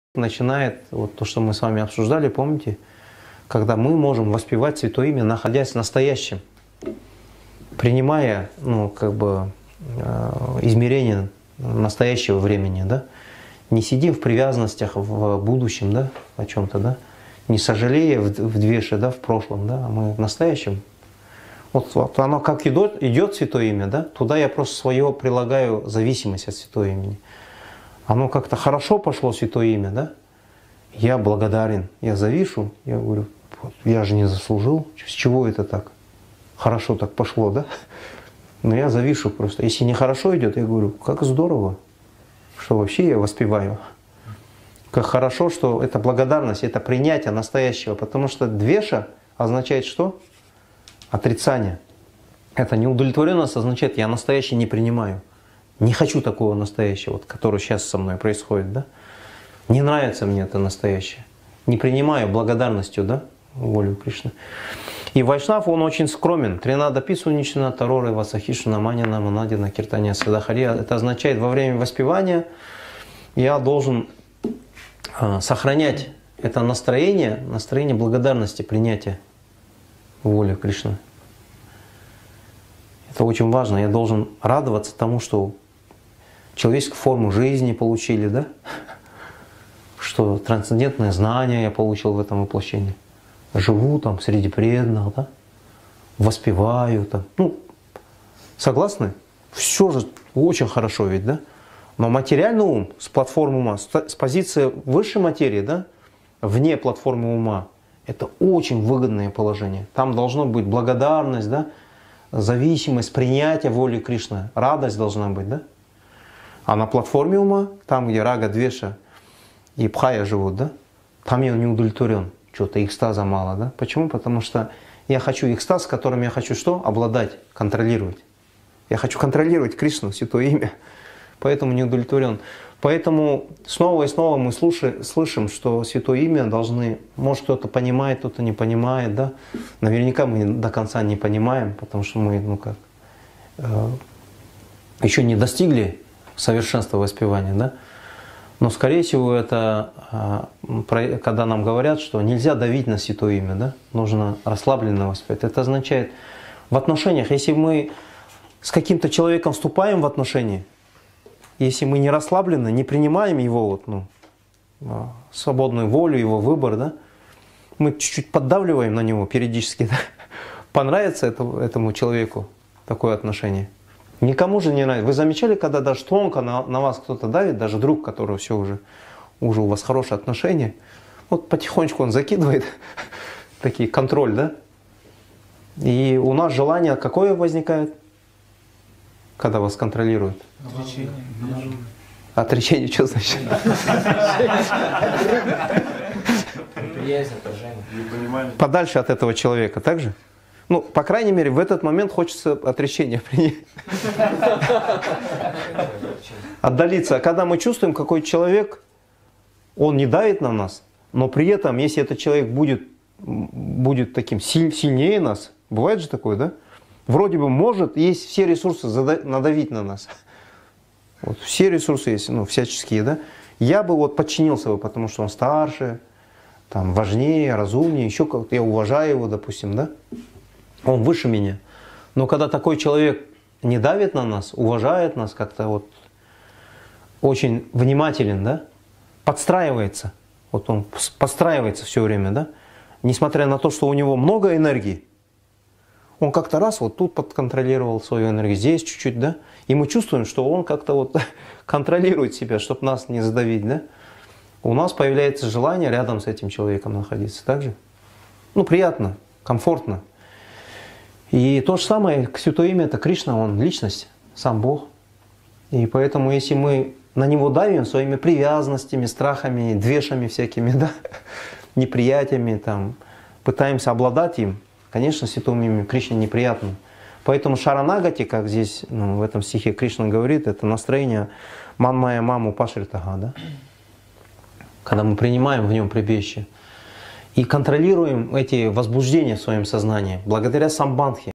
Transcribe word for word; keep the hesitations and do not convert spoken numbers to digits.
начинает, вот то, что мы с вами обсуждали, помните, когда мы можем воспевать Святое Имя, находясь в настоящем, принимая, ну, как бы, измерение настоящего времени, да, не сидим в привязанностях в будущем, да, о чем-то, да, не сожалея в, в двеше, да, в прошлом, да, а мы в настоящем. Вот, вот оно как идет, идет Святое Имя, да, туда я просто свое прилагаю зависимость от Святого Имени. Оно как-то хорошо пошло, Святое Имя, да, я благодарен, я завишу, я говорю, я же не заслужил, с чего это так? Хорошо так пошло, да? Но я завишу просто. Если нехорошо идет, я говорю, как здорово, что вообще я воспеваю. Как хорошо, что это благодарность, это принятие настоящего. Потому что двеша означает что? Отрицание. Это неудовлетворенность означает, я настоящее не принимаю. Не хочу такого настоящего, вот, который сейчас со мной происходит. Да? Не нравится мне это настоящее. Не принимаю благодарностью, да, волю Кришны. И Вайшнав, он очень скромен. Тринада писунична, тароры, васахишна, манина, манадина, киртания, садахария. Это означает, во время воспевания я должен э, сохранять это настроение, настроение благодарности, принятия воли Кришны. Это очень важно. Я должен радоваться тому, что человеческую форму жизни получили, да? Что трансцендентное знание я получил в этом воплощении. Живу там среди преданных, да? Воспеваю там. Ну, согласны? Все же очень хорошо ведь, да? Но материальный ум с платформы ума, с позиции высшей материи, да? Вне платформы ума, это очень выгодное положение. Там должно быть благодарность, да? Зависимость, принятие воли Кришны, радость должна быть, да? А на платформе ума, там, где рага, двеша и пхая живут, да? Там я не удовлетворен. Что-то экстаза мало, да? Почему? Потому что я хочу экстаз, которым я хочу что? Обладать, контролировать. Я хочу контролировать Кришну, Святое Имя. Поэтому не удовлетворен. Поэтому снова и снова мы слушаем, слышим, что Святое Имя должны... Может, кто-то понимает, кто-то не понимает, да? Наверняка мы до конца не понимаем, потому что мы, ну как, э, еще не достигли совершенства воспевания, да? Но, скорее всего, это, когда нам говорят, что нельзя давить на Святое Имя, да? Нужно расслабленно воспевать. Это означает, в отношениях, если мы с каким-то человеком вступаем в отношения, если мы не расслаблены, не принимаем его вот, ну, свободную волю, его выбор, да? Мы чуть-чуть поддавливаем на него периодически, да? Понравится это, этому человеку такое отношение? Никому же не нравится. Вы замечали, когда даже тонко на, на вас кто-то давит, даже друг, которого все уже, уже у вас хорошие отношения, вот потихонечку он закидывает такие контроль, да? И у нас желание какое возникает, когда вас контролируют? Отречение. Отречение, что значит? Неприязнь, отторжение. Подальше от этого человека, так же? Ну, по крайней мере, в этот момент хочется отречение принять. Отдалиться. А когда мы чувствуем, какой человек, он не давит на нас, но при этом, если этот человек будет, будет таким сильнее нас, бывает же такое, да? Вроде бы может, есть все ресурсы надавить на нас. Вот, все ресурсы есть, ну, всяческие, да? Я бы вот подчинился бы, потому что он старше, там, важнее, разумнее, еще как-то я уважаю его, допустим, да? Он выше меня. Но когда такой человек не давит на нас, уважает нас, как-то вот очень внимателен, да, подстраивается, вот он подстраивается все время, да, несмотря на то, что у него много энергии, он как-то раз вот тут подконтролировал свою энергию, здесь чуть-чуть, да, и мы чувствуем, что он как-то вот контролирует себя, чтобы нас не задавить, да. У нас появляется желание рядом с этим человеком находиться, так же? Ну, приятно, комфортно. И то же самое, Святое Имя, это Кришна, Он личность, сам Бог. И поэтому, если мы на Него давим своими привязанностями, страхами, двешами всякими, да, неприятиями, там, пытаемся обладать им, конечно, Святому Имя Кришне неприятно. Поэтому шаранагати, как здесь, ну, в этом стихе Кришна говорит, это настроение манмая маму пашритага, да? Когда мы принимаем в нем прибежище. И контролируем эти возбуждения в своем сознании благодаря самбандхи.